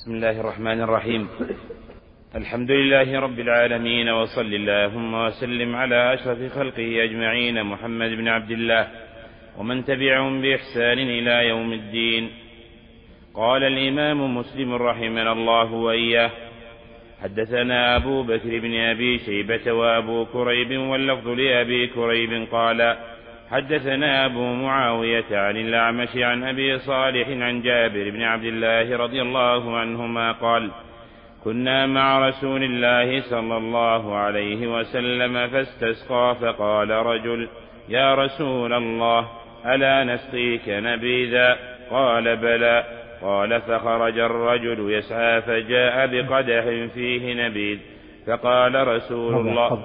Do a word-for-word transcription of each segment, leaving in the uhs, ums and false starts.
بسم الله الرحمن الرحيم. الحمد لله رب العالمين، وصل اللهم وسلم على أشرف خلقه أجمعين، محمد بن عبد الله ومن تبعهم بإحسان إلى يوم الدين. قال الإمام مسلم رحمنا الله وإياه: حدثنا أبو بكر بن أبي شيبة وأبو كريب، واللفظ لأبي كريب قال: حدثنا أبو معاوية عن الأعمش عن أبي صالح عن جابر بن عبد الله رضي الله عنهما قال: كنا مع رسول الله صلى الله عليه وسلم فاستسقى، فقال رجل: يا رسول الله، ألا نسقيك نبيذا؟ قال: بلى. قال: فخرج الرجل يسعى فجاء بقدح فيه نبيذ، فقال رسول الله.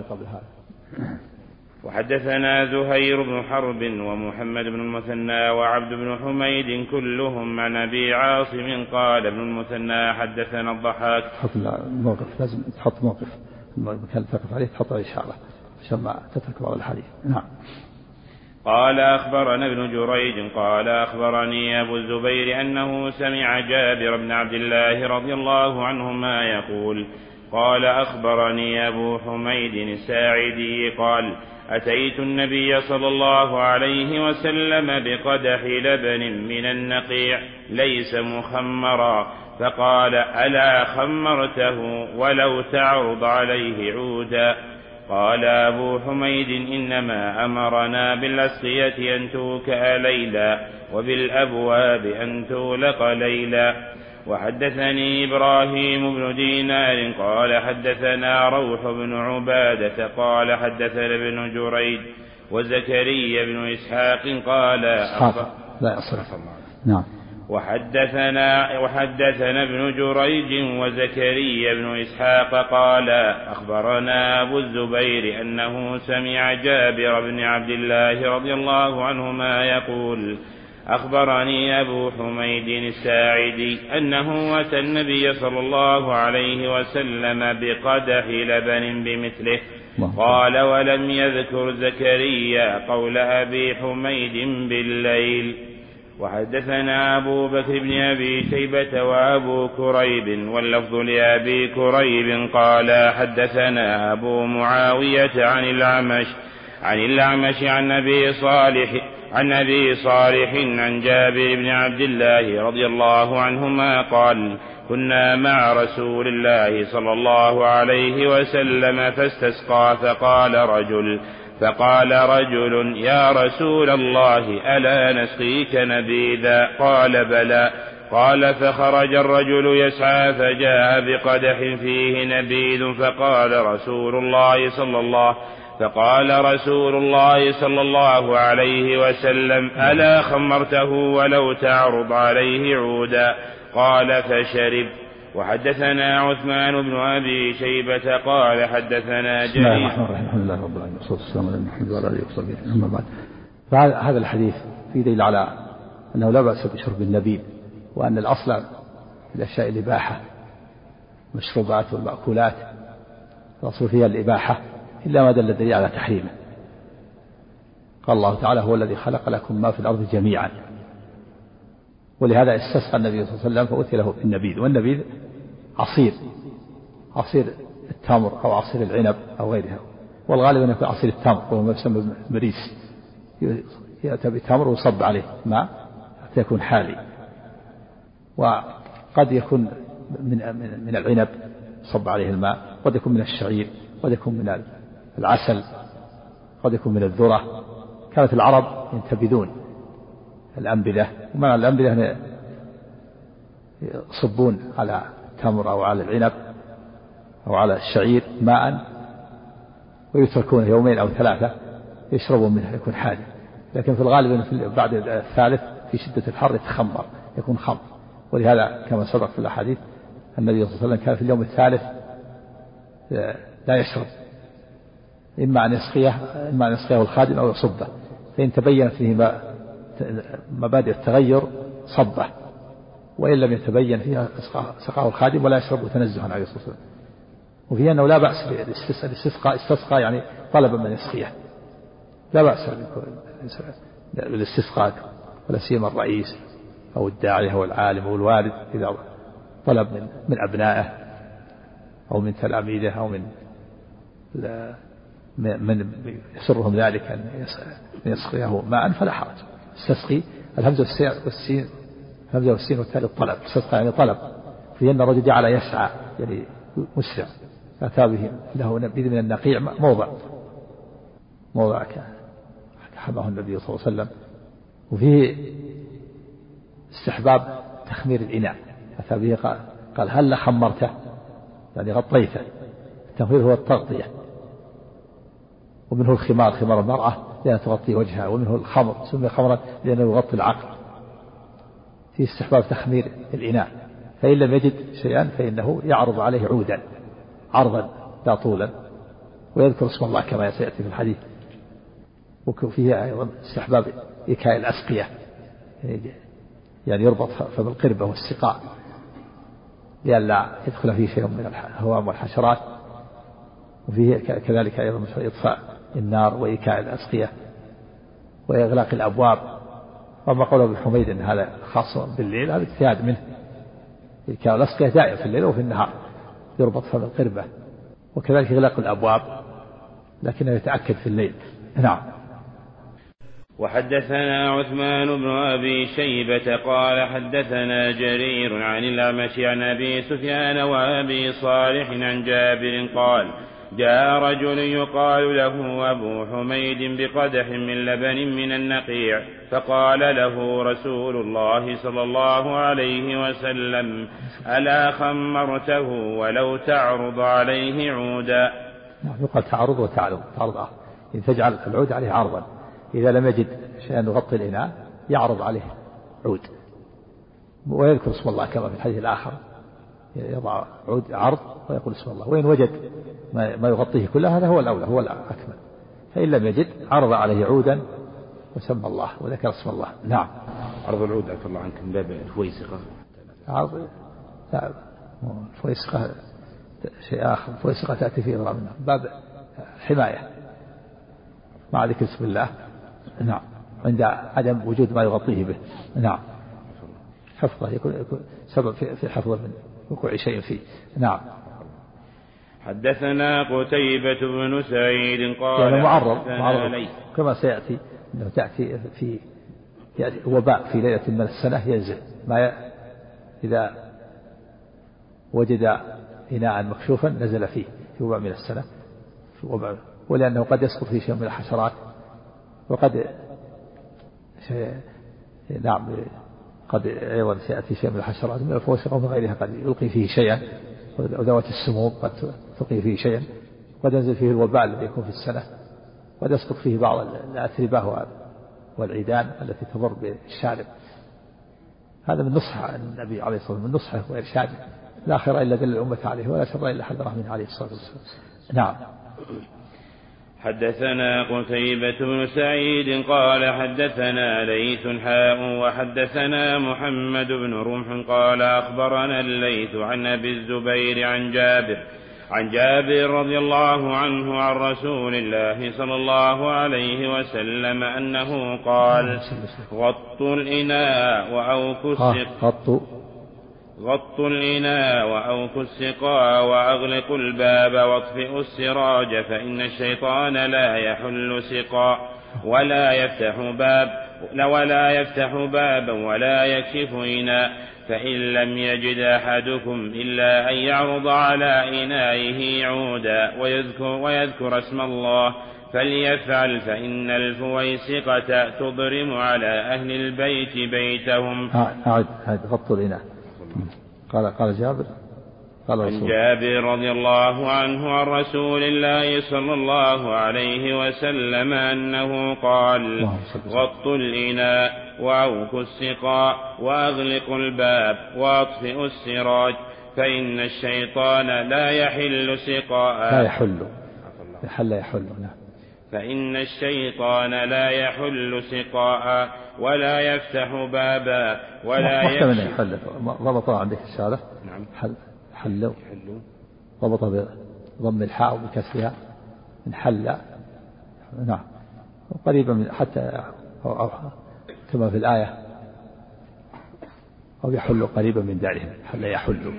وحدثنا زهير بن حرب ومحمد بن المثنى وعبد بن حميد كلهم عن أبي عاصم قال ابن المثنى: حدثنا الضحاك. تحط الموقف، لازم تحط موقف المكان تقف عليه، تحط عليه إشارة عشان ما تترك بعض الحديث. نعم. قال: أخبرنا ابن جريج قال: أخبرني أبو الزبير أنه سمع جابر بن عبد الله رضي الله عنهما يقول: قال: أخبرني أبو حميد الساعدي قال: أتيت النبي صلى الله عليه وسلم بقدح لبن من النقيع ليس مخمرا، فقال: ألا خمرته ولو تعرض عليه عودا؟ قال أبو حميد: إنما أمرنا بالأسقية أن توكأ ليلا، وبالأبواب أن تغلق ليلا. وحدثني إبراهيم بن دينار قال: حدثنا روح بن عبادة قال: حدثنا ابن جريج وزكريا بن إسحاق قال: لا أصرف. نعم. وحدثنا وحدثنا ابن جريج وزكريا بن إسحاق قال: أخبرنا أبو الزبير أنه سمع جابر بن عبد الله رضي الله عنهما يقول: أخبرني أبو حميد الساعدي أنه أتى النبي صلى الله عليه وسلم بقدح لبن بمثله. قال: ولم يذكر زكريا قول أبي حميد بالليل. وحدثنا أبو بكر بن أبي شيبة وأبو كريب، واللفظ لأبي كريب قال: حدثنا أبو معاوية عن الأعمش عن الأعمش عن أبي صالح عن أبي صالح عن جابر بن عبد الله رضي الله عنهما قال: كنا مع رسول الله صلى الله عليه وسلم فاستسقى، فقال رجل فقال رجل: يا رسول الله، ألا نسقيك نبيذا؟ قال: بلى. قال: فخرج الرجل يسعى فجاء بقدح فيه نبيذ، فقال رسول الله صلى الله فقال رسول الله صلى الله عليه وسلم: ألا خمرته ولو تعرض عليه عودا؟ قال: فشرب. وحدثنا عثمان بن أبي شيبة قال: حدثنا جرير. بسم الله الرحمن الرحيم. الحمد لله رب العالمين، والصلاة والسلام على محمد وعلى آله وصحبه. أما بعد، فهذا الحديث فيه دليل على أنه لا بأس بشرب النبيذ، وأن الأصل الأشياء الإباحة، المشروبات والمأكولات الأصل فيها الإباحة، إلا ما دل الدليل على تحريمه. قال الله تعالى: هو الذي خلق لكم ما في الأرض جميعا. ولهذا استسقى النبي صلى الله عليه وسلم فأتي له النبيذ، والنبيذ عصير عصير التمر أو عصير العنب أو غيرها، والغالب أن يكون عصير التمر، وهو ما يسمى مريس، يأتى بتمر ويصب عليه ماء حتى يكون حالي. وقد يكون من من العنب صب عليه الماء، قد يكون من الشعير، قد يكون من العسل، قد يكون من الذرة. كانت العرب ينتبذون الأنبذة، ومع الأنبذة يصبون على التمر أو على العنب أو على الشعير ماء، ويتركونه يومين أو ثلاثة يشربون منه يكون حاجة. لكن في الغالب بعد الثالث في شدة الحر يتخمر، يكون خمر. ولهذا كما سبق في الأحاديث النبي صلى الله عليه وسلم كان في اليوم الثالث لا يشرب، إما أن يسقيه إما أن يسقيه الخادم أو يصبه، فإن تبينت فيه مبادئ التغير صبه، وإن لم يتبين فيها سقاه الخادم ولا يشرب تنزها عليه الصلاة والسلام. وفي أنه لا بأس بالاستسقاء، استسقى يعني طلب من يسقيه، لا بأس بالاستسقاء، ولا سيما الرئيس أو الداعية أو العالم أو الوالد إذا طلب من, من أبنائه أو من تلاميذه أو من من يسرهم ذلك أن يسقيه ماء فلا حرج. استسقي الهمزة والسين الهمزة والسين والتالي الطلب، استسقى يعني طلب، في أن الرجل جعل يسعى يعني مسرع، أتى به له نبيذ من النقيع موضع موضع حماه النبي صلى الله عليه وسلم. وفيه استحباب تخمير الإناء، أتى به قال, قال هل خمرته يعني غطيته، التخمير هو التغطية. ومنه الخمار خمار المرأة لأنها تغطي وجهها، ومنه الخمر سمي خمرا لأنه يغطي العقل. في استحباب تخمير الإناء، فإن لم يجد شيئا فإنه يعرض عليه عودا عرضا لا طولا، ويذكر اسم الله كما سيأتي في الحديث. وفيه أيضا استحباب إيكاء الأسقية، يعني يربط فم القربة والسقاء لئلا يدخل فيه شيء من الهوام والحشرات. وفيه كذلك أيضا إطفاء النار وإيكاء الأسقية وإغلاق الأبواب. وما قوله ابن حميد أن هذا خاص بالليل هذا اجتهاد منه، إيكاء الأسقية دائم في الليل وفي النهار، يربط فم القربة. وكذلك إغلاق الأبواب لكنه يتأكد في الليل. نعم. وحدثنا عثمان بن أبي شيبة قال حدثنا جرير عن الأعمش عن أبي سفيان وأبي صالح عن جابر قال جاء رجل يقال له أبو حميد بقدح من لبن من النقيع، فقال له رسول الله صلى الله عليه وسلم ألا خمرته ولو تعرض عليه عودا. يقال تعرض وتعرض تعرض إن تجعل العود عليه عرضا، إذا لم يجد شيئا يغطي الإناء يعرض عليه عود، ويذكر اسم الله كما في الحديث الآخر، يضع عود عرض ويقول اسم الله. وإن وجد ما يغطيه كله هذا هو الأولى هو الأكمل، فإن لم يجد عرض عليه عودا وسمى الله وذكر اسم الله. نعم. عرض العود عفى الله عنك من باب الفويسقة. عرض لا الفويسقة شيء آخر، الفويسقة تأتي في إضراب النار باب حماية مع ذكر اسم الله. نعم. عند عدم وجود ما يغطيه به. نعم. حفظه يكون, يكون سبب في حفظه من وقوع شيء فيه. نعم. حدثنا قتيبة بن سعيد قال يعني معرض, معرض كما سيأتي أنه تأتي في يأتي وباء في ليلة من السنة ينزل ما ي... إذا وجد إناء مكشوفا نزل فيه في وباء من السنة وباء. ولأنه قد يسقط فيه شيء من الحشرات، وقد شيء نعم قد أيضا سيأتي شيء من الحشرات من الفوسق ومن غيرها، قد يلقي فيه شيئا، وذوات السموم قد تلقي فيه شيئا، قد ينزل فيه الوباء الذي يكون في السنة، قد يسقط فيه بعض الأتربة والعيدان التي تضر بالشارب. هذا من نصح النبي عليه الصلاة والسلام، من نصحه وإرشاده، لا خير إلا دل الأمة عليه ولا شر إلا حذره منه عليه الصلاة والسلام. نعم. حدثنا قتيبة بن سعيد قال حدثنا ليث حاء وحدثنا محمد بن رمح قال أخبرنا الليث عن أبي الزبير عن جابر عن جابر رضي الله عنه عن رسول الله صلى الله عليه وسلم أنه قال غطوا الإناء وأوكوا السقاء غطوا الإناء وأوكوا السقاء وأغلقوا الباب واطفئوا السراج، فإن الشيطان لا يحل سقاء ولا يفتح باب ولا يفتح بابا ولا يكشف إناء، فإن لم يجد أحدكم إلا أن يعرض على إنائه عودا ويذكر, ويذكر اسم الله فليفعل، فإن الفويسقة تضرم على أهل البيت بيتهم. أعد أعد غطوا الإناء. قال قال جابر قال عن جابر رضي الله عنه عن رسول الله صلى الله عليه وسلم أنه قال غطوا الإناء وأوكوا السقاء وأغلقوا الباب وأطفئوا السراج، فإن الشيطان لا يحل سقاء لا يحل يحل يحل نعم فإن الشيطان لا يحل سقاء ولا يفتح بابا ولا يكشف. ضبطها عندك الشارع. نعم. حل حلوا ضبطها بضم الحاء وبكسرها من حل. نعم. قريبا من حتى أو أو كما في الآية أو يحل قريبا من دارهم. حل يحل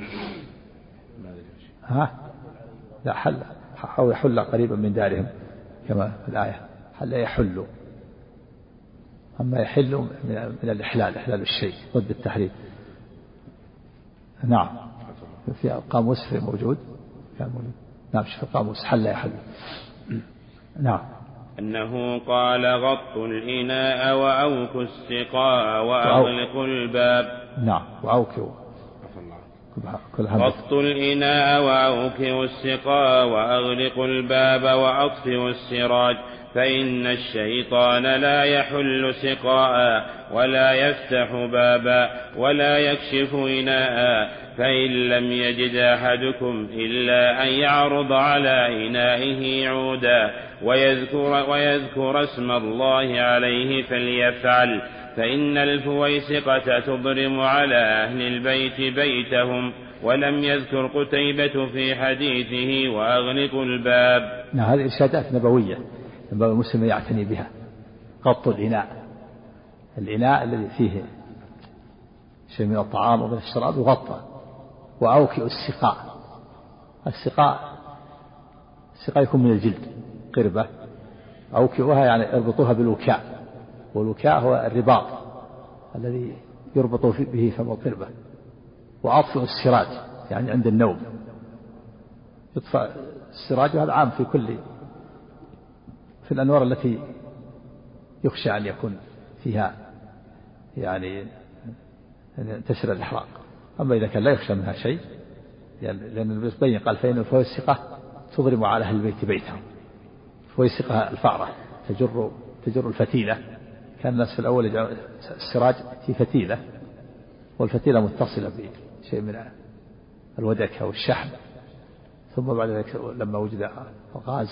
ها لا حل أو يحل قريبا من دارهم كما في الآية حل يحل. أما يحل من الإحلال إحلال الشيء ضد التحريم. نعم في القاموس في موجود كان موجود. نعم في القاموس حل يحل. نعم أنه قال غطوا الإناء وأوكوا السقاء وأغلقوا الباب. نعم وأوكوا غطوا الإناء وأوكوا السقاء وأغلقوا الباب وأطفئوا السراج فإن الشيطان لا يحل سقاء ولا يفتح بابا ولا يكشف إناء فإن لم يجد أحدكم إلا أن يعرض على إنائه عودا ويذكر, ويذكر اسم الله عليه فليفعل فإن الفويسقة تضرم على أهل البيت بيتهم. ولم يذكر قتيبة في حديثه وأغلقوا الباب. نعم هذه إرشادات نبوية ينبغي المسلم يعتني بها. غط الإناء الإناء الذي فيه شيء من الطعام ومن الشراب يغطى. وأوكئ السقاء السقاء السقاء يكون من الجلد قربة أوكئها يعني اربطوها بالوكاء والوكاء هو الرباط الذي يربط به فم القربة. وأطفئ السراج يعني عند النوم يطفأ السراج وهذا عام في كل في الأنوار التي يخشى أن يكون فيها يعني تسر الإحراق. أما إذا كان لا يخشى منها شيء يعني لأن النبي بين قال فإن الفويسقة تضرم على أهل البيت بيتهم. الفويسقة الفأرة تجر تجر الفتيلة. كان الناس في الأول يجعل السراج في فتيلة والفتيلة متصلة بشيء من الودك أو الشحم ثم بعد ذلك لما وجد الغاز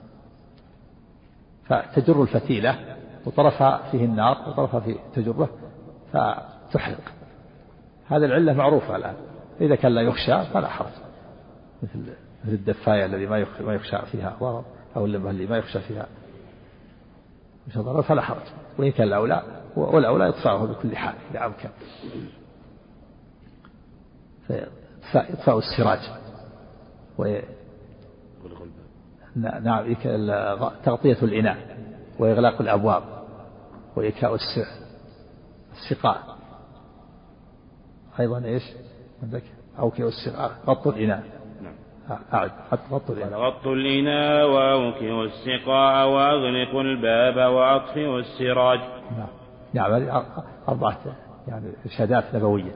فتجر الفتيلة وطرفها فيه النار وطرفها فيه تجره فتحرق. هذه العلة معروفة الآن. إذا كان لا يخشى فلا حرج مثل مثل الدفاية الذي ما يخشى فيها ضرر أو اللمبة اللي ما يخشى فيها ضرر فلا حرج. وإن كان الأولى والأولى يطفأه بكل حال إذا أمكن. فيطفأ السراج و نعم تغطية الإناء وإغلاق الأبواب وإيكاء السقاء أيضا إيش عندك أوكئ السقاء غطوا الإناء. أعد غطوا الإناء غطوا الإناء وأوكئوا السقاء وأغلقوا الباب وأطفئوا السراج. نعم نعم هذه أربعة يعني إرشادات نبوية.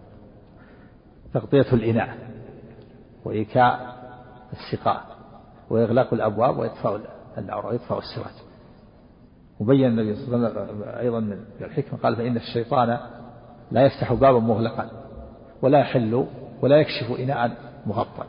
تغطية الإناء وإيكاء السقاء وإغلاق الأبواب وإطفاء النار وإطفاء السراج. وبين النبي صلى الله عليه وسلم أيضا من الحكمة قال فإن الشيطان لا يفتح بابا مغلقا ولا يحل ولا يكشف إناء مغطى.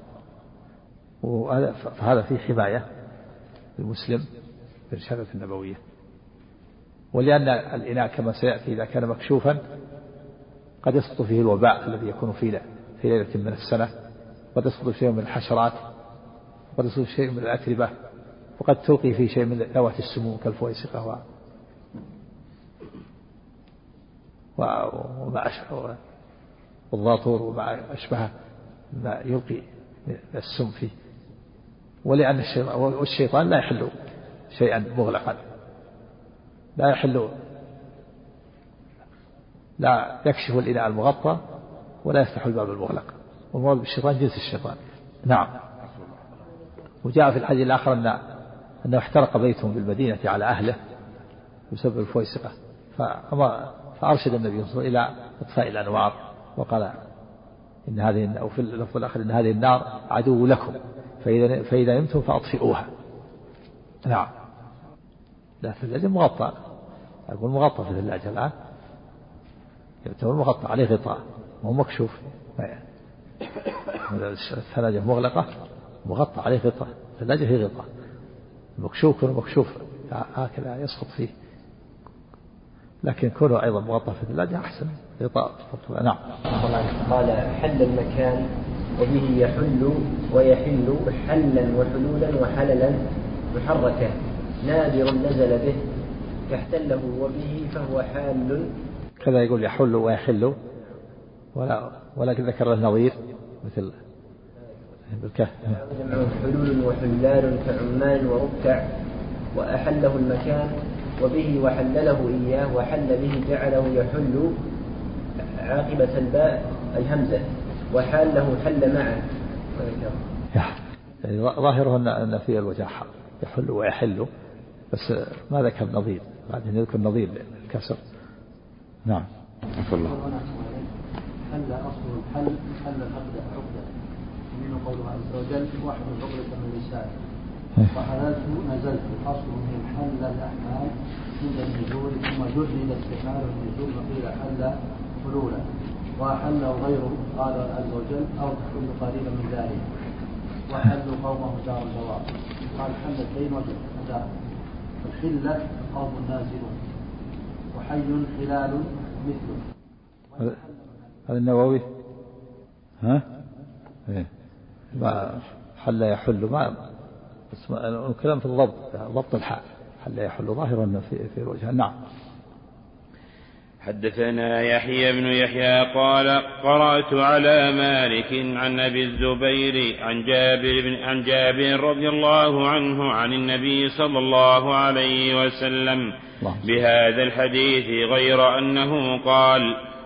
فهذا فيه حماية للمسلم بالإرشادات النبوية. ولأن الإناء كما سيأتي إذا كان مكشوفا قد يسقط فيه الوباء الذي يكون في في ليلة من السنة قد يسقط شيء من الحشرات وقد يسقط شيء من الأتربة وقد تلقي فيه شيء من ذوات السموم كالفويسقة وما أشبه والضاطور وما أشبه ما يلقي السم فيه. ولأن الشيطان, الشيطان لا يحل شيئا مغلقا لا يحل لا يكشف الإناء المغطى ولا يفتح الباب المغلق. والمراد بالشيطان جنس الشيطان. نعم. وجاء في الحديث الآخر أن أنه احترق بيتهم بالمدينة على أهله بسبب الفويسقة فأرشد النبي صلى الله عليه وسلم إلى إطفاء الأنوار وقال إن هذه أو في اللفظ الآخر إن هذه النار عدو لكم فإذا فإذا نمتم فأطفئوها. نعم. لا الثلاجة مغطى أقول مغطى في الثلاجة الآن يعتبر مغطى عليه غطاء وهو مكشوف. الثلاجة مغلقة مغطى عليه غطاء الثلاجة هي غطاء مكشوف كونه مكشوف هكذا يسقط فيه لكن كونه أيضا مغطى في الثلاجة أحسن غطاء. نعم. قال حل المكان وبه يحل ويحل حلا وحلولا وحللا محركا نادر نزل به يحتله وبه فهو حال. كذا يقول يحل ويحل ولا ولكن ذكر النظير مثل بالكهف. حلول وحلال كعمان وركع، وأحله المكان وبه وحلله إياه، وحل به جعله يحل عاقبة الباء الهمزة، وحاله حل معه. يعني ظاهره أن في الوجه يحل ويحل، بس ما ذكر نظير، بعدين يذكر نظير الكسر. نعم. الله. حل أصل الحل حل العقد عقدة، ومنه قوله عز وجل واحد عقدة من لسان. وحللت نزلت أصل من حل الأحمال عند النزول، ثم جرد استحمال النزول وقيل حل حلولا. وحل غيره قال عز وجل أو تحل قريبا من ذلك. وحلوا قومه دار الجواب، قال حل الدين ودار. الحلة قوم نازلون، وحي خلال مثله. هذا النووي ها إيه. ما حل يحل ما بس الكلام في الضبط، ضبط الحال. حل يحل ظاهرا في في الوجه. نعم. حدثنا يحيى بن يحيى قال قرأت على مالك عن أبي الزبير عن جابر بن عن جابر رضي الله عنه عن النبي صلى الله عليه وسلم بهذا الحديث، غير أنه قال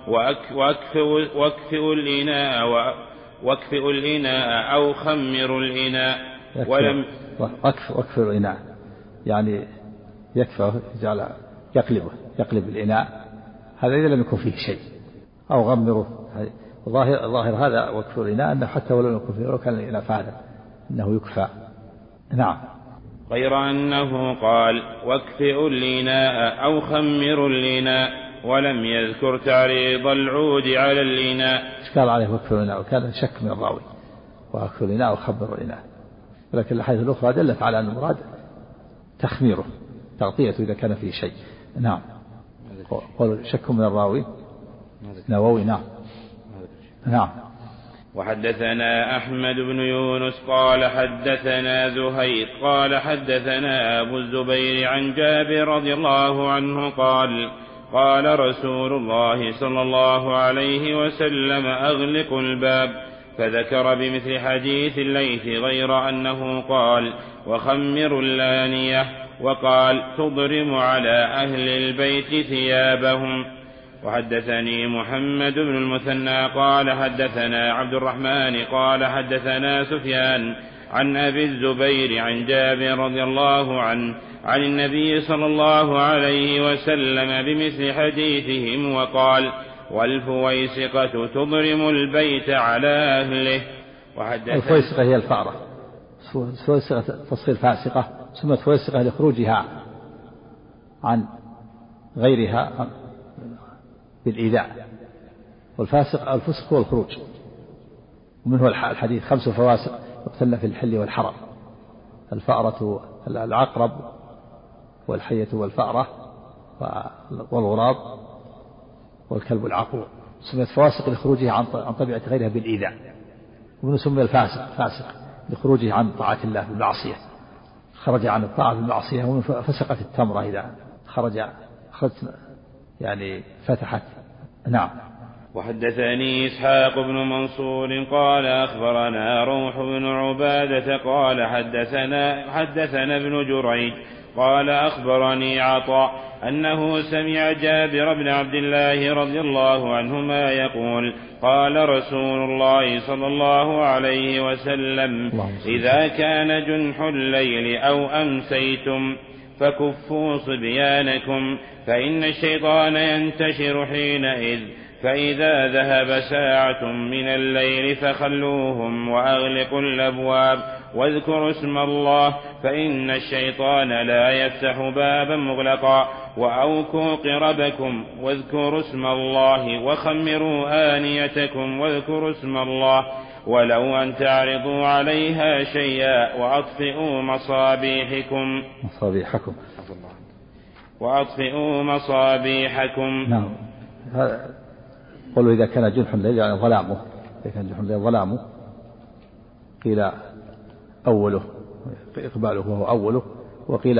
واكفئوا الإناء واكفئوا الإناء أو خمروا الإناء، ولم واكفئوا الإناء يعني يكفى يجعل يقلبه يقلب الإناء، هذا إذا لم يكن فيه شيء، أو غمره. ظاهر, ظاهر هذا وكفر الإناء أنه حتى ولو يكن فيه، ولو كان الإناء فاعلا أنه يكفى. نعم. غير أنه قال واكفئوا الإناء أو خمروا الإناء، ولم يذكر تعريض العود على الإناء. قال عليه وكفر الإناء، وكان شك من الراوي وأكفر الإناء وخمروا الإناء، ولكن الحديث الأخرى دلت على أن المراد تخميره تغطيته إذا كان فيه شيء. نعم. قالوا شك من الراوي نووي. نعم. نعم. وحدثنا أحمد بن يونس قال حدثنا زهير قال حدثنا أبو الزبير عن جابر رضي الله عنه قال قال رسول الله صلى الله عليه وسلم أغلقوا الباب، فذكر بمثل حديث الليث غير أنه قال وخمروا اللانية، وقال تضرم على أهل البيت ثيابهم. وحدثني محمد بن المثنى قال حدثنا عبد الرحمن قال حدثنا سفيان عن أبي الزبير عن جابر رضي الله عنه عن النبي صلى الله عليه وسلم بمثل حديثهم، وقال والفويسقة تضرم البيت على أهله. الفويسقة هي الفأرة، الفويسقة تصير فاسقة، سمت فويسقة لخروجها عن غيرها بالإيذاء، والفاسق الفسق هو الخروج. ومنه الحديث خمس فواسق يقتلن في الحل والحرم: الفأرة العقرب والحية والفأرة والغراب والكلب العقور. سميت فواسق لخروجها عن طبيعة غيرها بالإيذاء. ومنه سمي الفاسق فاسق لخروجه عن طاعة الله بالمعصية، خرج عن الطاعة بالمعصية. ومن فسقت التمرة إذا خرج خرجت يعني فتحت. نعم. وحدثني إسحاق بن منصور قال أخبرنا روح بن عبادة قال حدثنا حدثنا ابن جريج قال أخبرني عطاء أنه سمع جابر بن عبد الله رضي الله عنهما يقول قال رسول الله صلى الله عليه وسلم: إذا كان جنح الليل أو أمسيتم فكفوا صبيانكم، فإن الشيطان ينتشر حينئذ، فإذا ذهب ساعة من الليل فخلوهم وأغلقوا الأبواب واذكروا اسم الله، فإن الشيطان لا يفتح بابا مغلقا، وأوكوا قربكم واذكروا اسم الله، وخمروا آنيتكم واذكروا اسم الله، ولو أن تعرضوا عليها شيئا، وأطفئوا مصابيحكم مصابيحكم وأطفئوا مصابيحكم. نعم. قولوا إذا كان جنح الليل يعني ظلامه، إذا كان جنح الليل ظلامه قيل أوله إقباله وهو أوله، وقيل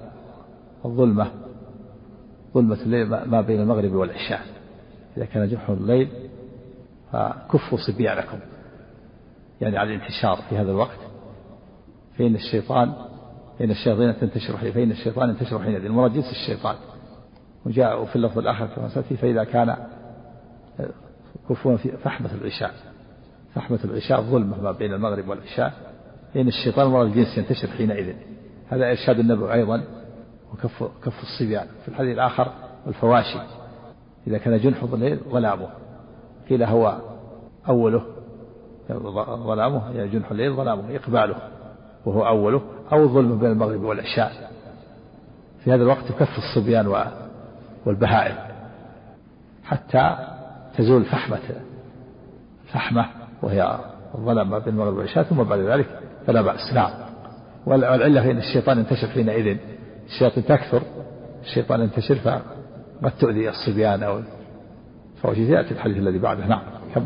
الظلمة ظلمة الليل ما بين المغرب والعشاء. إذا كان جنح الليل فكفوا صبيانكم يعني على الانتشار في هذا الوقت، فإن الشيطان فإن الشياطين تنتشر حين فإن الشيطان ينتشر حينئذ، المراد جنس الشيطان. وجاء في اللفظ الآخر كما سأتي فإذا كان كفوا في فحمة العشاء، فحمة العشاء ظلمة ما بين المغرب والعشاء، فإن الشيطان مراد الجنس ينتشر حينئذ. هذا إرشاد النبي أيضا. وكف كف الصبيان في الحديث الآخر والفواشي إذا كان جنح الليل ظلامه، قيل هو أوله ظلامه يعني جنح الليل ظلامه إقباله وهو أوله، أو الظلم بين المغرب والعشاء. في هذا الوقت كف الصبيان والبهائم حتى تزول فحمة فحمة وهي الظلام ما بين المغرب والعشاء، ثم بعد ذلك فلا بأس. نعم. والعلة فإن الشيطان ينتشر حينئذ، الشياطين تكثر، الشيطان ينتشر فقد تؤذي الصبيان أو فوجد يأتي الحديث الذي بعده. نعم.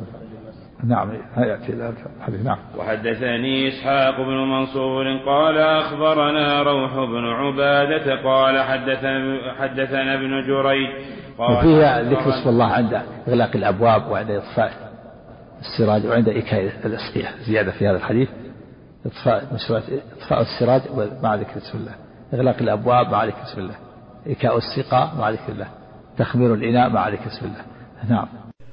نعم يأتي الحديث. نعم. وحدثني إسحاق بن منصور قال أخبرنا روح بن عبادة قال حدثنا حدثنا ابن جريج قال وفيها ذكر اسم الله عند إغلاق الأبواب وعند إطفاء السراج وعند إيكاء الأسقية، زيادة في هذا الحديث إطفاء إطفاء السراج مع ذكر اسم الله، إغلاق الأبواب مع ذكر اسم الله، إيكاء السقاء مع ذكر الله، تخمير الإناء مع ذكر اسم الله. نعم.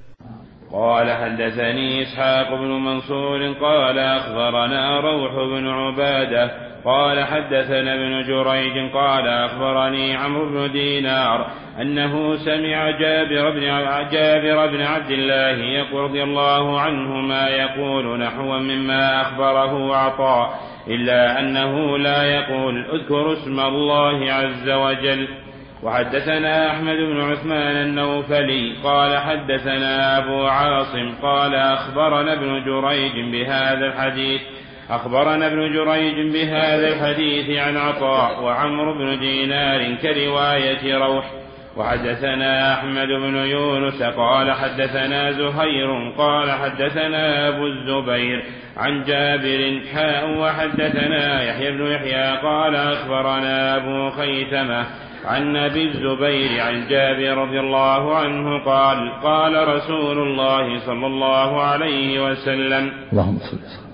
قال حدثني إسحاق بن منصور قال أخبرنا روح بن عبادة قال حدثنا ابن جريج قال أخبرني عمرو بن دينار أنه سمع جابر بن جابر بن عبد الله يقول رضي الله عنهما يقول نحوا مما أخبره عطاء، إلا أنه لا يقول اذكروا اسم الله عز وجل. وحدثنا أحمد بن عثمان النوفلي قال حدثنا أبو عاصم قال أخبرنا ابن جريج بهذا الحديث أخبرنا ابن جريج بهذا الحديث عن عطاء وعمرو بن دينار كرواية روح. وحدثنا أحمد بن يونس قال حدثنا زهير قال حدثنا أبو الزبير عن جابر حاء وحدثنا يحيى بن يحيى قال أخبرنا أبو خيثمة عن أبي الزبير عن جابر رضي الله عنه قال قال رسول الله صلى الله عليه وسلم اللهم صل وسلم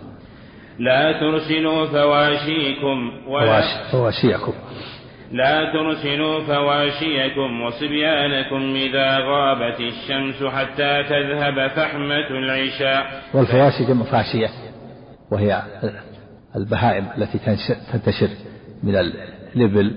لا ترسلوا فواشيكم ولا فواشيكم لا ترسلوا فواشيكم وصبيانكم إذا غابت الشمس حتى تذهب فحمة العشاء. والفواشي جمع فاشية وهي البهائم التي تنتشر من الإبل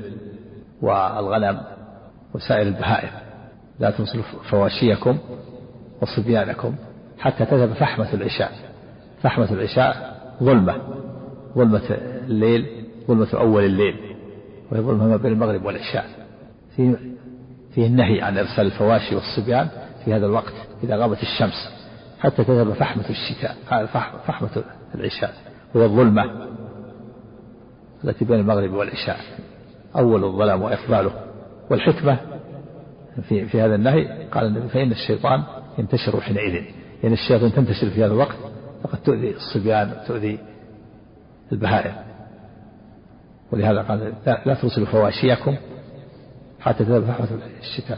والغنم وسائر البهائم. لا ترسلوا فواشيكم وصبيانكم حتى تذهب فحمة العشاء. فحمة العشاء ظلمة ظلمة الليل، ظلمة أول الليل، وهي ظلمة ما بين المغرب والعشاء. فيه فيه النهي عن إرسال الفواشي والصبيان في هذا الوقت إذا غابت الشمس حتى تذهب فحمة الشتاء فحمة العشاء، وهي الظلمة التي بين المغرب والعشاء، أول الظلام وإقباله. والحكمة في في هذا النهي قال النبي فإن الشيطان ينتشر حينئذ، يعني الشياطين تنتشر في هذا الوقت فقد تؤذي الصبيان وتؤذي البهائم. ولهذا قال لا ترسلوا فواشيكم حتى تذهب فحمة الشتاء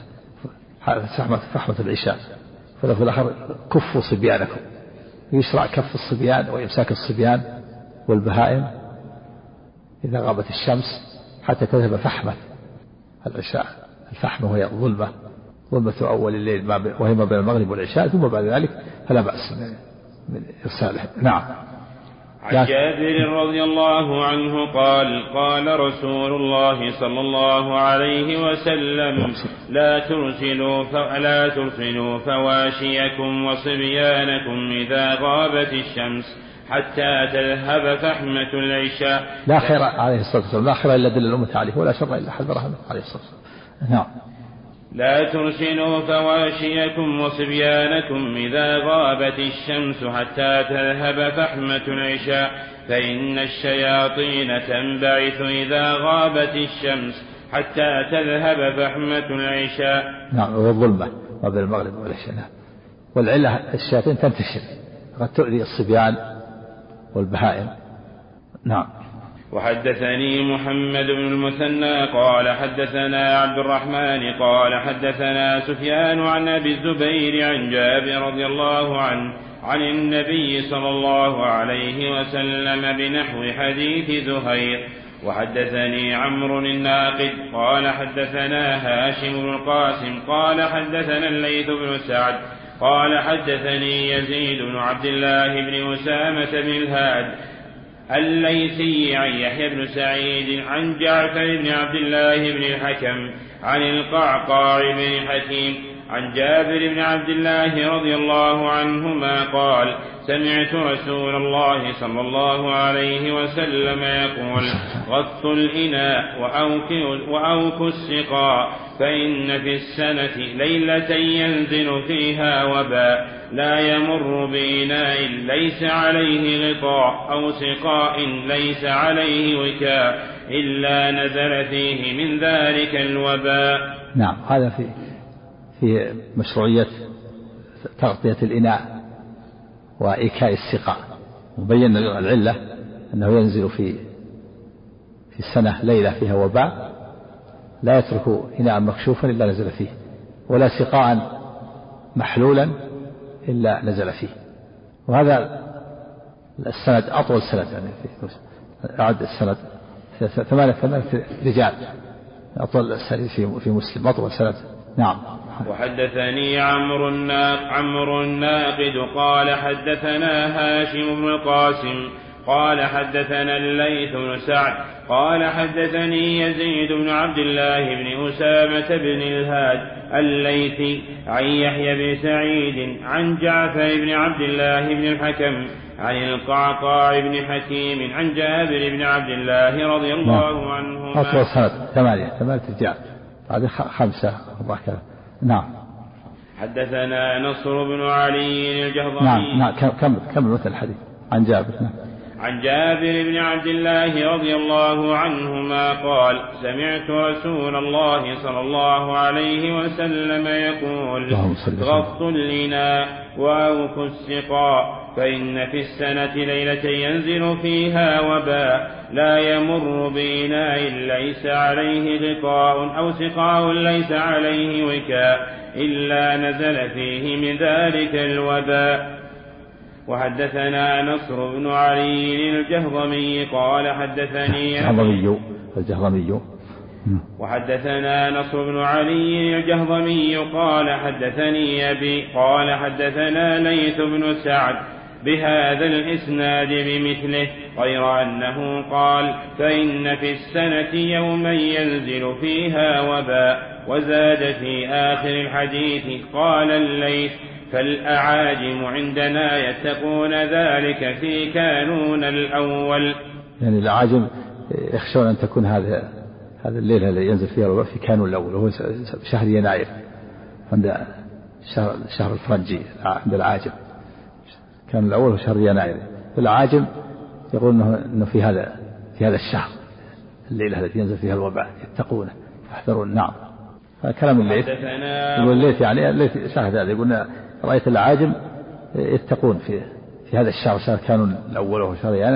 فحمة العشاء. فلفظ الآخر كفوا صبيانكم، يشرع كف الصبيان وإمساك الصبيان والبهائم إذا غابت الشمس حتى تذهب فحمة العشاء. الفحمة وهي الظلمة، ظلمة أول الليل وهي ما بين المغرب والعشاء، ثم بعد ذلك فلا بأس من إرساله. نعم. عن جابر رضي الله عنه قال قال رسول الله صلى الله عليه وسلم لا ترسلوا فلا ترسلوا فواشيكم وصبيانكم إذا غابت الشمس حتى تذهب فحمة العشاء. لا خير عليه الصلاة والسلام، لا خير إلا دل الأمة عليه، ولا شر إلا حذرها منه عليه الصلاة والسلام. نعم. لا ترسلوا فواشيكم وصبيانكم إذا غابت الشمس حتى تذهب فحمة العشاء، فإن الشياطين تنبعث إذا غابت الشمس حتى تذهب فحمة العشاء. نعم. والظلمة ما بين المغرب والعشاء. نعم. والعلة الشياطين تنتشر قد تؤذي الصبيان والبهائم. نعم. وحدثني محمد بن المثنى قال حدثنا عبد الرحمن قال حدثنا سفيان عن أبي الزبير عن جابر رضي الله عنه عن النبي صلى الله عليه وسلم بنحو حديث زهير. وحدثني عمرو الناقد قال حدثنا هاشم بن القاسم قال حدثنا الليث بن سعد قال حدثني يزيد بن عبد الله بن أسامة بن الهاد الليثي عن يحيى بن سعيد عن جعفر بن عبد الله بن الحكم عن القعقاع بن حكيم عن جابر بن عبد الله رضي الله عنهما قال سمعت رسول الله صلى الله عليه وسلم يقول غطوا الإناء وأوكوا السقاء فإن في السنة ليلة ينزل فيها وباء لا يمر بإناء ليس عليه غطاء أو سقاء ليس عليه وكاء إلا نزل فيه من ذلك الوباء. نعم، هذا في في مشروعية تغطية الإناء وإيكاء السقاء. وبين العلة أنه ينزل في في السنة ليلة فيها وباء لا يترك إناء مكشوفا إلا نزل فيه، ولا سقاء محلولا إلا نزل فيه. وهذا السند أطول سند، يعني في أعد السند ثمانية ثمانية رجال، أطول السند في في مسلم، أطول سند. نعم. وحدثني عمرو عمرو الناقد قال حدثنا هاشم بن القاسم قال حدثنا الليث بن سعد قال حدثني يزيد بن عبد الله بن أسامة بن الهاد الليثي عن يحيى بن سعيد عن جعفر بن عبد الله بن الحكم عن القعقاع بن حكيم عن جابر بن عبد الله رضي الله عنهما. أطول سنة ثمانية ثمانية رجال، هذه خمسة أربعة كذا. نعم. حدثنا نصر بن علي الجهضمي. نعم نعم كمل كمل مثل الحديث عن جابر. نعم. عن جابر بن عبد الله رضي الله عنهما قال سمعت رسول الله صلى الله عليه وسلم يقول غطوا الإناء وأوكوا السقاء فإن في السنة ليلة ينزل فيها وباء لا يمر بإناء ليس عليه غطاء أو سقاء ليس عليه وكاء إلا نزل فيه من ذلك الوباء. وحدثنا نصر بن علي الجهضمي قال حدثني الجهضمي الجهضمي وحدثنا نصر بن علي الجهضمي قال حدثني أبي قال حدثنا ليث بن سعد بهذا الإسناد بمثله غير أنه قال فإن في السنة يوما ينزل فيها وباء. وزاد في آخر الحديث قال الليث فالأعاجم عندنا يتقون ذلك في كانون الأول. يعني الأعاجم يخشون أن تكون هذه هذا الليلة اللي ينزل فيها الوباء في كانون الأول، وهو شهر يناير عند شهر, شهر الفرنجي عند العاجم. كان الأول هو شهر يناير، العاجم يقول إنه, إنه في هذا في هذا الشهر الليلة التي ينزل فيها الوباء يتقونه يحذرون. نعم. كلام الليث يقول الليث يعني الليث شاهد هذا، يقول رأيت العاجم يتقون في في هذا الشهر شهر كانون الأول وهو شهر يناير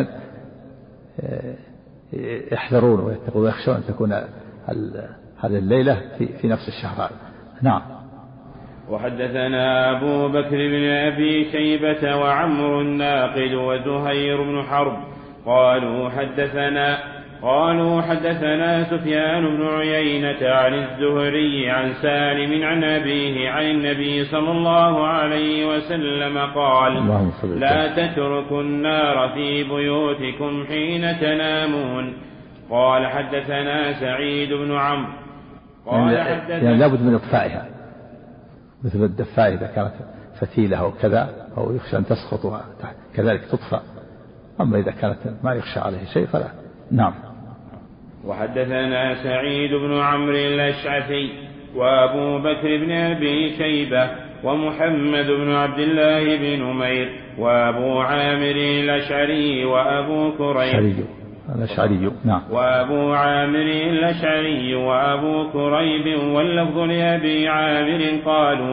يحذرون ويتقون ويخشون أن تكون هذه الليلة في في نفس الشهر هذا. نعم. وحدثنا أبو بكر بن أبي شيبة وعمر الناقد وزهير بن حرب قالوا حدثنا قالوا حدثنا سفيان بن عيينة عن الزهري عن سالم عن أبيه عن النبي صلى الله عليه وسلم قال لا تتركوا النار في بيوتكم حين تنامون. قال حدثنا سعيد بن عمرو قال حدثنا يعني لابد من إطفائها، مثل الدفاء إذا كانت فتيلة أو كذا أو يخشى أن تسقط كذلك تطفأ، أما إذا كانت ما يخشى عليه شيء فلا. نعم. وحدثنا سعيد بن عمرو الأشعثي وأبو بكر بن أبي شيبة ومحمد بن عبد الله بن نمير وأبو عامر الأشعري وأبو كريب الأشعري. نعم. وأبو عامر الأشعري وأبو كريب واللفظ لأبي عامر قالوا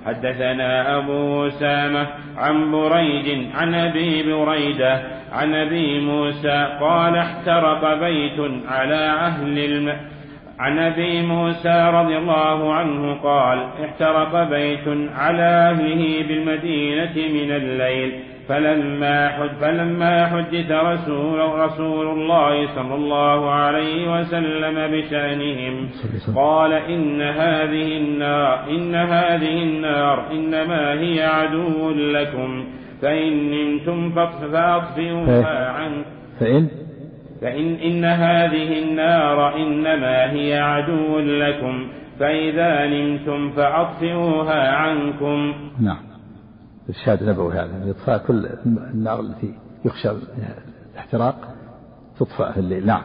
حدثنا أبو أسامة عن بريد عن أبي بريدة عن أبي موسى قال احترق بيت على أهل الم... عن أبي موسى رضي الله عنه قال احترق بيت على أهله بالمدينة من الليل فلما حد فلما حدث رسول رسول الله صلى الله عليه وسلم بشأنهم قال إن هذه النار إن هذه النار إنما هي عدو لكم فإن نمتم فأطفئوها عنكم فإن فإن إن هذه النار إنما هي عدو لكم فإذا نمتم فأطفئوها عنكم. نعم. الشهادة النبوي هذا إطفاء كل النار التي يخشى الاحتراق تطفأ في الليل. نعم.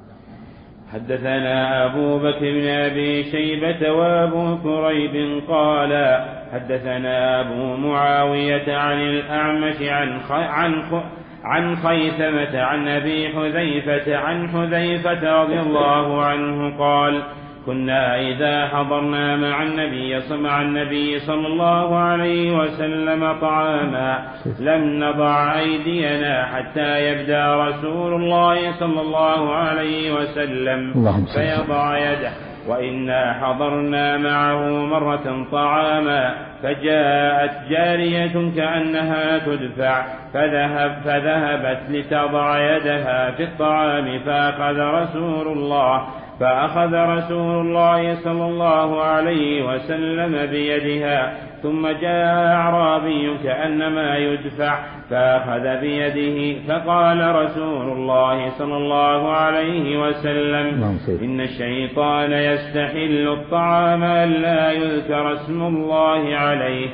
حدثنا أبو بكر بن أبي شيبة وأبو كريب قال حدثنا أبو معاوية عن الأعمش عن خ... عن خ... عن خيثمة عن أبي حذيفة عن حذيفة رضي الله عنه قال كنا إذا حضرنا مع النبي مع النبي صلى الله عليه وسلم طعاما لم نضع أيدينا حتى يبدأ رسول الله صلى الله عليه وسلم فيضع يده وإنا حضرنا معه مرة طعاما فجاءت جارية كأنها تدفع فذهب فذهبت لتضع يدها في الطعام فأخذ رسول الله فأخذ رسول الله صلى الله عليه وسلم بيدها ثم جاء أعرابي كأنما يدفع فأخذ بيده فقال رسول الله صلى الله عليه وسلم إن الشيطان يستحل الطعام لا يذكر اسم الله عليه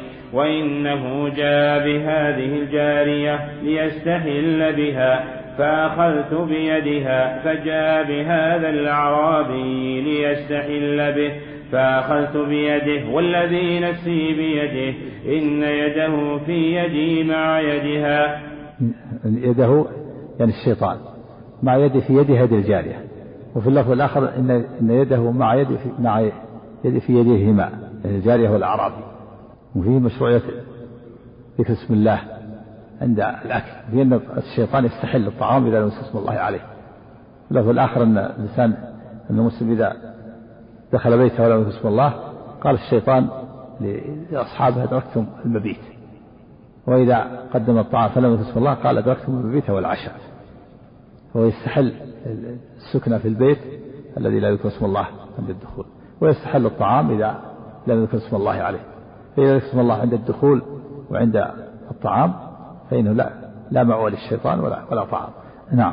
وإنه جاء بهذه الجارية ليستحل بها فأخذت بيدها فجاء بهذا الأعرابي ليستحل به فأخذت بيده والذي نفسي بيده إن يده في يدي مع يدها. يده يعني الشيطان مع يده في يد هذه الجارية وفي اللفظ الآخر إن إن يده مع يد في مع يد في يديهما الجارية والأعرابي. وفيه مشروعية ذكر اسم الله عند الأكل لأن الشيطان يستحل الطعام إذا لم اسم الله عليه. اللفظ الآخر أن الإنسان أن المسلم إذا دخل بيته ولم يذكر اسم الله قال الشيطان لأصحابه أدركتم المبيت وإذا قدم الطعام فلم يذكر اسم الله قال أدركتم المبيت والعشاء. هو يستحل السكنة في البيت الذي لا يذكر اسم الله عند الدخول ويستحل الطعام إذا لم يذكر اسم الله عليه. فإذا ذكر اسم الله عند الدخول وعند الطعام فإنه لا لا معول للشيطان ولا ولا طعام. نعم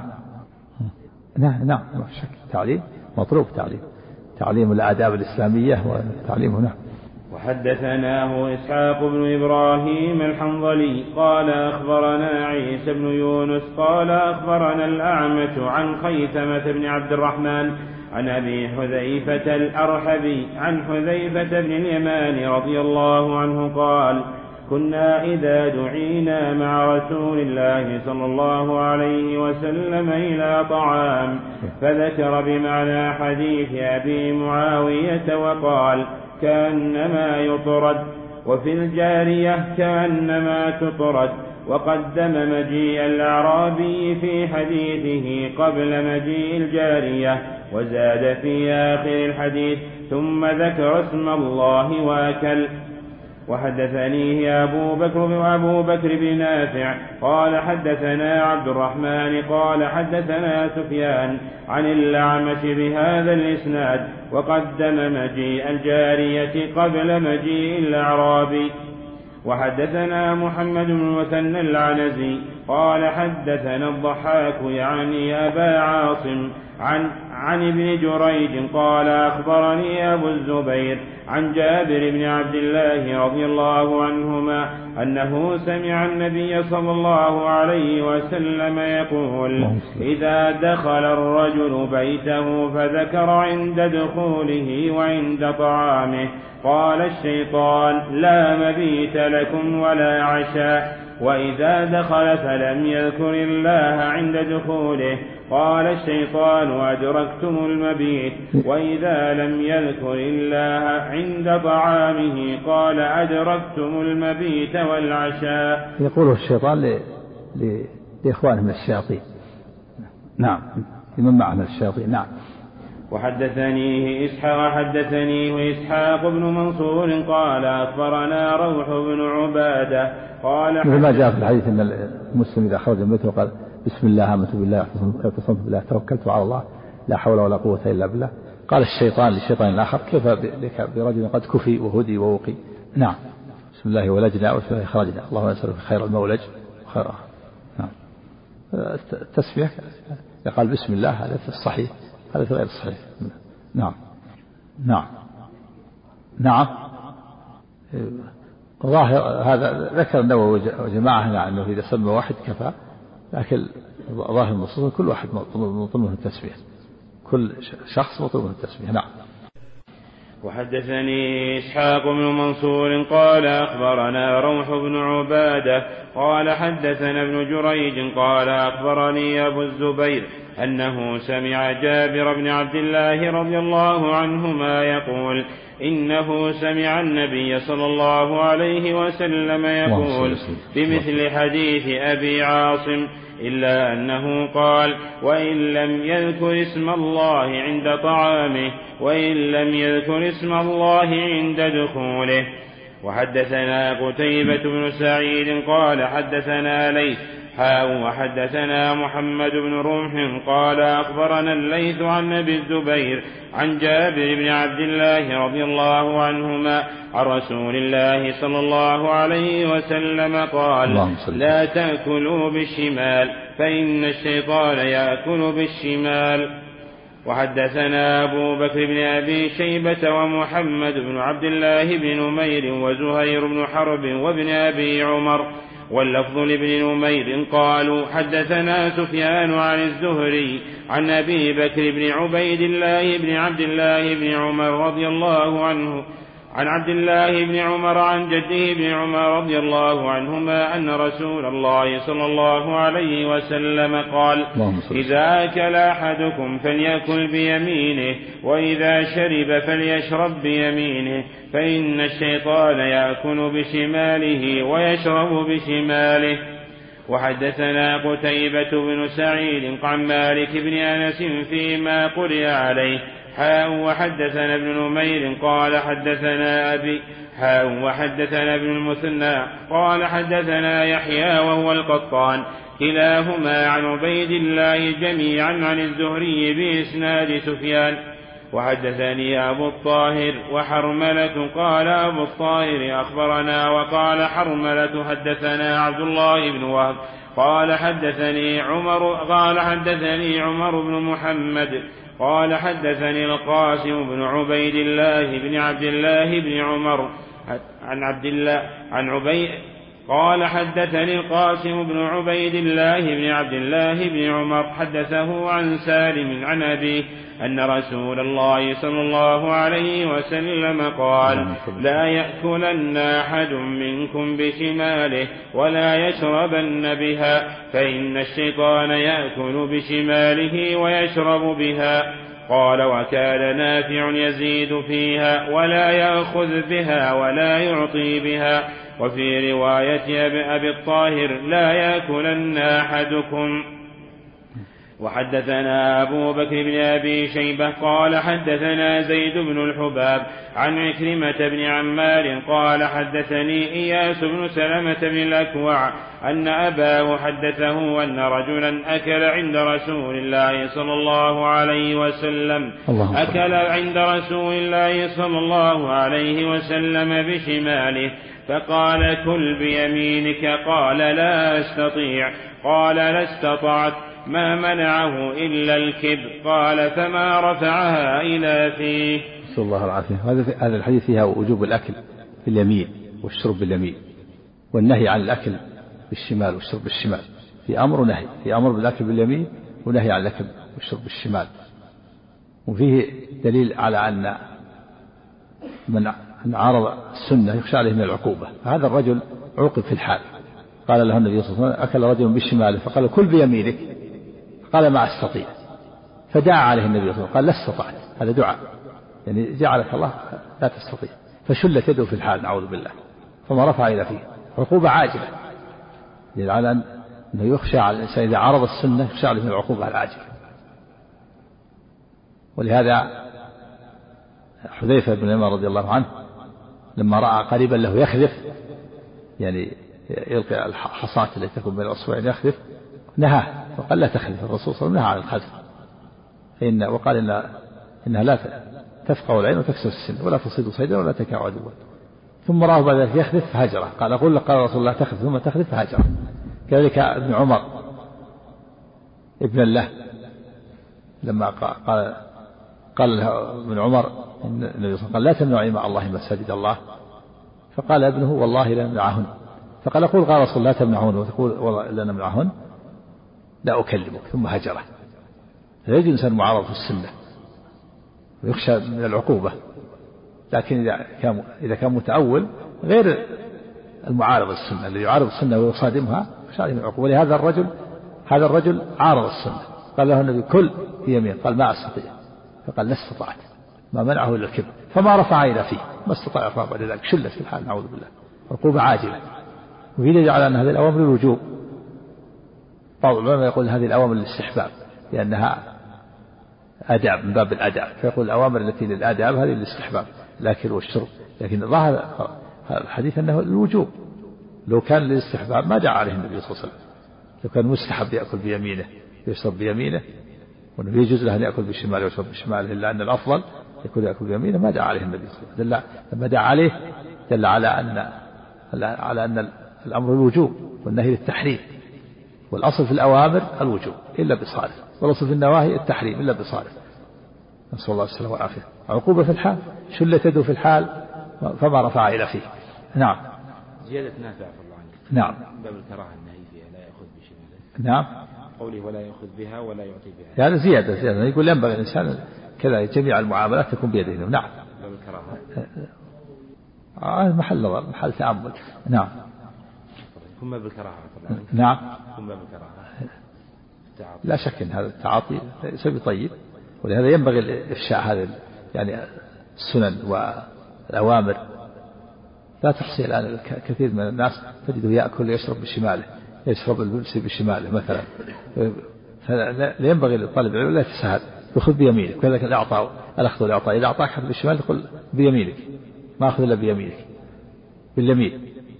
نعم نعم ما في شك تعليم مطلوب تعليم تعليم الآداب الإسلامية وتعليمه. نعم. وحدثناه إسحاق بن إبراهيم الحنظلي قال أخبرنا عيسى بن يونس قال أخبرنا الأعمش عن خيثمة بن عبد الرحمن عن أبي حذيفة الأرحبي عن حذيفة بن اليمان رضي الله عنه قال كنا إذا دعينا مع رسول الله صلى الله عليه وسلم إلى طعام فذكر بمعنى حديث أبي معاوية وقال كأنما يطرد وفي الجارية كأنما تطرد وقدم مجيء الأعرابي في حديثه قبل مجيء الجارية وزاد في آخر الحديث ثم ذكر اسم الله وأكل. وحدثنيه أبو بكر وأبو بكر بن نافع قال حدثنا عبد الرحمن قال حدثنا سفيان عن الأعمش بهذا الإسناد وقدم مجيء الجارية قبل مجيء الأعرابي. وحدثنا محمد بن المثنى العنزي قال حدثنا الضحاك يعني أبا عاصم عن عن ابن جريج قال أخبرني أبو الزبير عن جابر بن عبد الله رضي الله عنهما أنه سمع النبي صلى الله عليه وسلم يقول إذا دخل الرجل بيته فذكر عند دخوله وعند طعامه قال الشيطان لا مبيت لكم ولا عشاء وإذا دخل فلم يذكر الله عند دخوله قال الشيطان أدركتم المبيت، وإذا لم يذكر الله عند طعامه قال أدركتم المبيت والعشاء. يقوله الشيطان ل... ل... لإخوانه من الشياطين. نعم، لمن معه من الشياطين. نعم. وحدثنيه إسحاق حدثني إسحاق بن منصور قال أخبرنا روح بن عبادة قال مثل ما جاء في الحديث أن المسلم إذا خرج من بيته وقال بسم الله آمنت بالله اعتصمت بالله توكلت على الله لا حول ولا قوة إلا بالله، قال الشيطان للشيطان الآخر كيف برجل قد كفي وهدي ووقي. نعم. بسم الله ولجنا وبسم الله خرجنا اللهم نسألك خير المولج وخير. نعم. التسمية يقال بسم الله هذا في الصحيح، هذا في غير الصحيح. نعم. نعم. نعم. ظاهر هذا ذكر النووي وجماعة هنا أنه إذا سمى واحد كفى، لكن ظاهر النصوص كل واحد مطلوب منه التسمية، كل شخص مطلوب منه التسمية. نعم. وحدثني إسحاق بن منصور قال أخبرنا روح بن عبادة قال حدثنا ابن جريج قال أخبرني أبو الزبير أنه سمع جابر بن عبد الله رضي الله عنهما يقول إنه سمع النبي صلى الله عليه وسلم يقول بمثل حديث أبي عاصم، إلا أنه قال وإن لم يذكر اسم الله عند طعامه وإن لم يذكر اسم الله عند دخوله. وحدثنا قتيبة بن سعيد قال حدثنا ليث حاء وحدثنا محمد بن رمح قال أخبرنا الليث عن أبي الزبير عن جابر بن عبد الله رضي الله عنهما عن رسول الله صلى الله عليه وسلم قال لا تأكلوا بالشمال فإن الشيطان يأكل بالشمال. وحدثنا أبو بكر بن أبي شيبة ومحمد بن عبد الله بن نمير وزهير بن حرب وابن أبي عمر واللفظ لابن نمير قالوا حدثنا سفيان عن الزهري عن أبي بكر بن عبيد الله بن عبد الله بن عمر رضي الله عنه عن عبد الله بن عمر عن جده بن عمر رضي الله عنهما أن رسول الله صلى الله عليه وسلم قال إذا أكل أحدكم فليأكل بيمينه وإذا شرب فليشرب بيمينه فإن الشيطان يأكل بشماله ويشرب بشماله. وحدثنا قتيبة بن سعيد عن مالك بن أنس فيما قرئ عليه حاء وحدثنا ابن نمير قال حدثنا أبي حاء وحدثنا ابن المثنى قال حدثنا يحيى وهو القطان كلاهما عن عبيد الله جميعا عن الزهري بإسناد سفيان. وحدثني أبو الطاهر وحرملة قال أبو الطاهر أخبرنا وقال حرملة حدثنا عبد الله بن وهب قال حدثني عمر قال حدثني عمر بن محمد قال حدثني القاسم بن عبيد الله بن عبد الله بن عمر عن عبد الله عن عبيد قال حدثني القاسم بن عبيد الله بن عبد الله بن عمر حدثه عن سالم عن أبيه أن رسول الله صلى الله عليه وسلم قال لا يأكلن أحد منكم بشماله ولا يشربن بها فإن الشيطان يأكل بشماله ويشرب بها. قال وكان نافع يزيد فيها ولا يأخذ بها ولا يعطي بها. وفي رواية أبي الطاهر لا يأكلن أحدكم. وحدثنا أبو بكر بن أبي شيبة قال حدثنا زيد بن الحباب عن عكرمة بن عمار قال حدثني إياس بن سلمة بن الأكوع أن أباه حدثه أن رجلا أكل عند رسول الله صلى الله عليه وسلم أكل عند رسول الله صلى الله عليه وسلم بشماله فقال كل بيمينك قال لا أستطيع قال لا استطعت ما منعه إلا الكبر قال فما رفعها إلى فيه. نسأل الله العافية. هذا الحديث فيها وجوب الأكل باليمين والشرب باليمين والنهي عن الأكل بالشمال والشرب بالشمال، في أمر ونهي، في أمر بالأكل باليمين ونهي عن الأكل والشرب بالشمال. وفيه دليل على أن من عارض السنة يخشى عليه من العقوبة، فهذا الرجل عوقب في الحال قال له النبي صلى الله عليه وسلم أكل رجل بشماله فقال كل بيمينك، قال ما أستطيع، فدعا عليه النبي صلى الله عليه وسلم قال لا استطعت، هذا دعاء يعني جعلك الله لا تستطيع، فشلت يده في الحال نعوذ بالله، فما رفع إلى فيه عقوبة عاجلة، يعني على أنه يخشى على الإنسان إذا عرض السنة يخشى عليه من العقوبة العاجلة. ولهذا حذيفة بن اليمان رضي الله عنه لما رأى قريبا له يخذف، يعني يلقي الحصاة التي تكون بين الأصبعين يخذف، نهاه وقال لا تخذف، الرسول صلى الله عليه وسلم نهى عن الخذف، فإن وقال إن إنها لا تفقع العين وتكسر السن ولا تصيد صيدا ولا تكع عدوا. ثم راه بعد ذلك يخذف فهجره، قال أقول لك قال رسول الله تخذف ثم تخذف فهجره. كذلك ابن عمر ابن الله لما قال قال له ابن عمر النبي صلى الله عليه وسلم قال لا تمنعوا مع الله مساجد الله، فقال ابنه والله لا نمنعهن، فقال أقول قال رسول الله لا تمنعهن وتقول والله لا نمنعهن لا أكلمك، ثم هجره. لا يجوز الإنسان معارضة السنة ويخشى من العقوبة، لكن إذا كان إذا كان متأول غير المعارض السنة الذي يعارض السنة ويصادمها يخشى من العقوبة. ولهذا الرجل هذا الرجل عارض السنة، قال له النبي كل يمين، قال ما أستطيع، فقال لا استطعت، ما منعه إلا الكبر، فما رفع إلى فيه، ما استطاع إرفاع بعد ذلك، شلت في الحال نعوذ بالله، عقوبة عاجلة. وفي دليل على أن هذه الأوامر الوجوب. بعض العلماء يقول هذه الأوامر للاستحباب لأنها آداب من باب الآداب، فيقول الأوامر التي للآداب هذه للاستحباب الأكل والشرب، لكن ظاهر الحديث أنه الوجوب. لو كان للاستحباب ما دعا عليه النبي صلى الله عليه وسلم، لو كان مستحب يأكل بيمينه ويشرب بيمينه وأنه يجوز له أن يأكل بشماله ويشرب بشماله، إلا أن الأفضل يكون يأكل بيمينه ما دعا عليه النبي صلى الله عليه وسلم. لما دعا عليه دل على أن على أن الأمر الوجوب والنهي للتحريم، والأصل في الأوامر الوجوب إلا بصارف، والأصل في النواهي التحريم إلا بصارف، نسأل الله السلامة والعافية. عقوبة في الحال، شلت يده في الحال فما رفع إلى فيه. نعم. زيادة نافع في الله عنك. نعم. باب الكراهة النهي فيها لا يأخذ بشماله. نعم. قوله ولا يأخذ بها ولا يعطي بها. يعني زيادة زيادة يقول ينبغي الإنسان كذا جميع المعاملات تكون بيده. نعم. باب الكراهة. آه محل نظر محل تأمل. نعم. ثم باب الكراهة. نعم. ثم باب الكراهة. لا شك أن هذا التعاطي ليس بطيب، ولهذا ينبغي إفشاء هذه يعني السنن والأوامر. لا تحصي الآن كثير من الناس تجده يأكل يشرب بشماله، يشرب البلسي بشماله مثلا، لا ينبغي للطالب العلم لا يتساهل، يأخذ بيمينك، وكذلك الإعطاء الأخذ والإعطاء، إذا أعطاك أحد بالشمال تقول بيمينك، ما أخذ إلا بيمينك باليمين.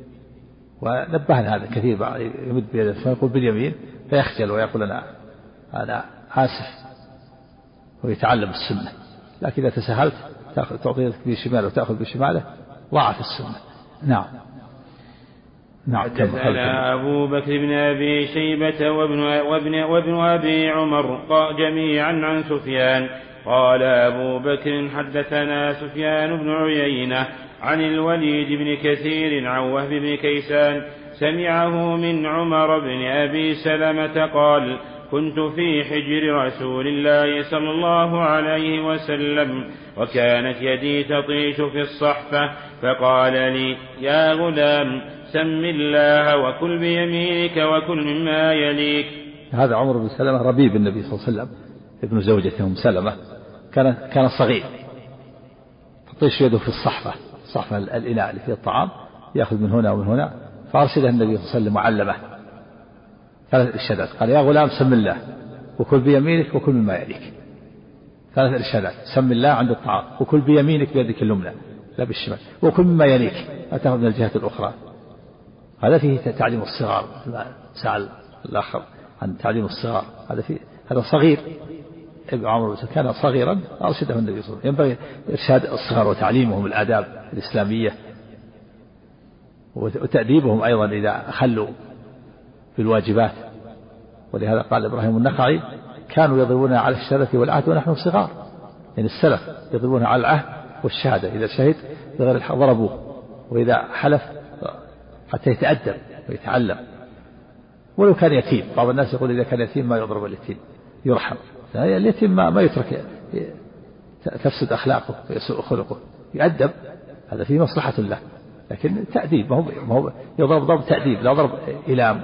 ونبهنا هذا كثير، يمد بيده فيقول باليمين فيخجل ويقول أنا أنا آسف ويتعلم السنة، لكن إذا تساهلت تعطيه بشماله وتأخذ بشماله ضاعت السنة. نعم. نعم. حدثنا أبو بكر بن أبي شيبة وابن, وابن, وابن أبي عمر جميعا عن سفيان قال أبو بكر حدثنا سفيان بن عيينة عن الوليد بن كثير عن وهب بن كيسان سمعه من عمر بن أبي سلمة قال كنت في حجر رسول الله صلى الله عليه وسلم وكانت يدي تطيش في الصحفة فقال لي يا غلام سم الله وكل بيمينك وكل مما يليك. هذا عمر بن سلمة ربيب النبي صلى الله عليه وسلم ابن زوجته أم سلمة، كان كان صغير تطيش يده في الصحفة، الصحفة الإناء اللي فيه الطعام، يأخذ من هنا ومن هنا، فأرسله النبي صلى الله عليه وسلم وعلمه ثلاث إرشادات، قال يا غلام سم الله وكل بيمينك وكل مما يليك، ثلاث إرشادات، سم الله عند الطعام وكل بيمينك بيدك اليمنى لا بالشمال وكل مما يليك لا تأخذ من الجهة الأخرى. هذا فيه تعليم الصغار، سأل الآخر عن تعليم الصغار، هذا فيه هذا صغير ابن عمر كان صغيرا أرشده النبي صلى الله عليه وسلم. ينبغي إرشاد الصغار وتعليمهم الآداب الإسلامية وتأديبهم أيضا إذا خلوا بالواجبات. ولهذا قال إبراهيم النخعي كانوا يضربون على الشهادة والعهد ونحن صغار، يعني السلف يضربون على العهد والشهادة، إذا شهد بغير الحق ضربوه، وإذا حلف حتى يتأدب ويتعلم ولو كان يتيم. بعض الناس يقول إذا كان يتيم ما يضرب اليتيم يرحم، اليتيم ما, ما يترك تفسد أخلاقه ويسوء خلقه، يؤدب، هذا فيه مصلحة له. لكن تأديب، ما هو ما هو يضرب ضرب تأديب، لا ضرب إلام.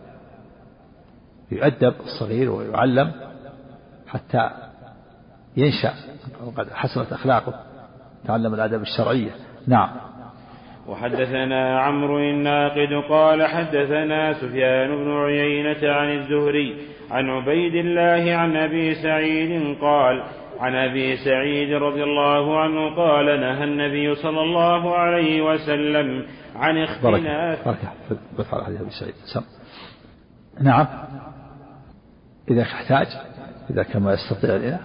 يؤدب الصغير ويعلم حتى ينشأ وقد حسنت أخلاقه، تعلم الآداب الشرعية. نعم. وحدثنا عمرو الناقد قال حدثنا سفيان بن عيينة عن الزهري عن عبيد الله عن أبي سعيد قال عن أبي سعيد رضي الله عنه قال نهى النبي صلى الله عليه وسلم عن اختلاف. بركة على حديث أبي سعيد. نعم. إذا احتاج، إذا كما يستطيع الإله.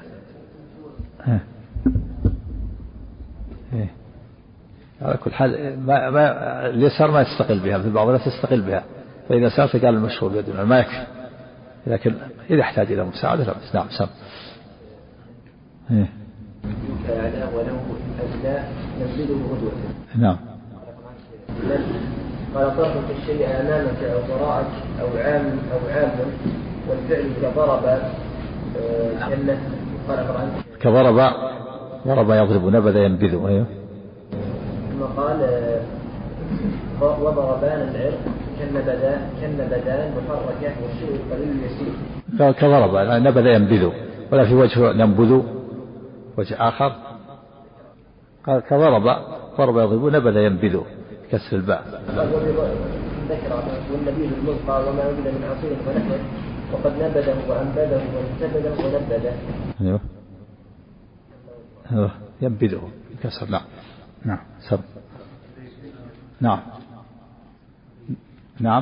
إيه. على كل حال ما ما اليسار ما يستقل بها، في بعض الناس يستقل بها، فإذا سافر قال المشهور بيد ما يكفي، لكن إذا احتاج إلى مساعدة لا بس. نعم. سم. إيه. وله أجلاء نبذله غدوة. نعم. قال ترك الشيء أمامك أو وراءك أو عام أو عام والفعل كضرب جنة. قال كضرب ضرب يضرب نبذ ينبذ. أيوه. ثم قال وضربان العرق كالنبذان كالنبذان محركة والشيء القليل يسير. كضرب نبذ ينبذ، ولا في وجه ننبذ وجه آخر. قال كضرب ضرب يضرب نبذ ينبذ كسر الباء. ذكر والنبيذ الملقى وما وجد من عصير ونحوه وقد نبذه وأنبذه وانتبذه ونبذه. أيوه. أيوه ينبذه كسر. نعم. نعم. سر. نعم. نعم.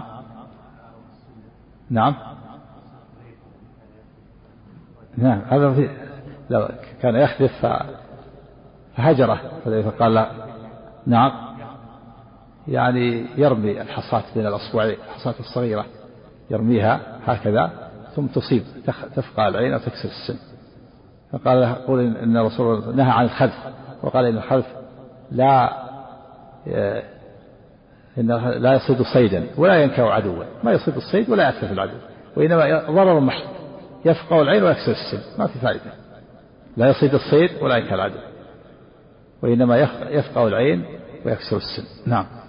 نعم. نعم. هذا في لو كان يحذف فهجره فقال لا. نعم. يعني يرمي الحصاة بين الأصبعين، الحصاة الصغيرة يرميها هكذا ثم تصيب تفقع العين وتكسر السن. فقال يقول إن الرسول الله نهى عن الخذف، وقال إن الخذف لا إن لا يصيد صيدا ولا ينكأ عدوا، ما يصيد الصيد ولا يأتلف العدو، وإنما ضرر محض يفقع العين ويكسر السن، ما في فائدة. لا يصيد الصيد ولا ينكأ العدو، وإنما يفقع العين ويكسر السن. نعم.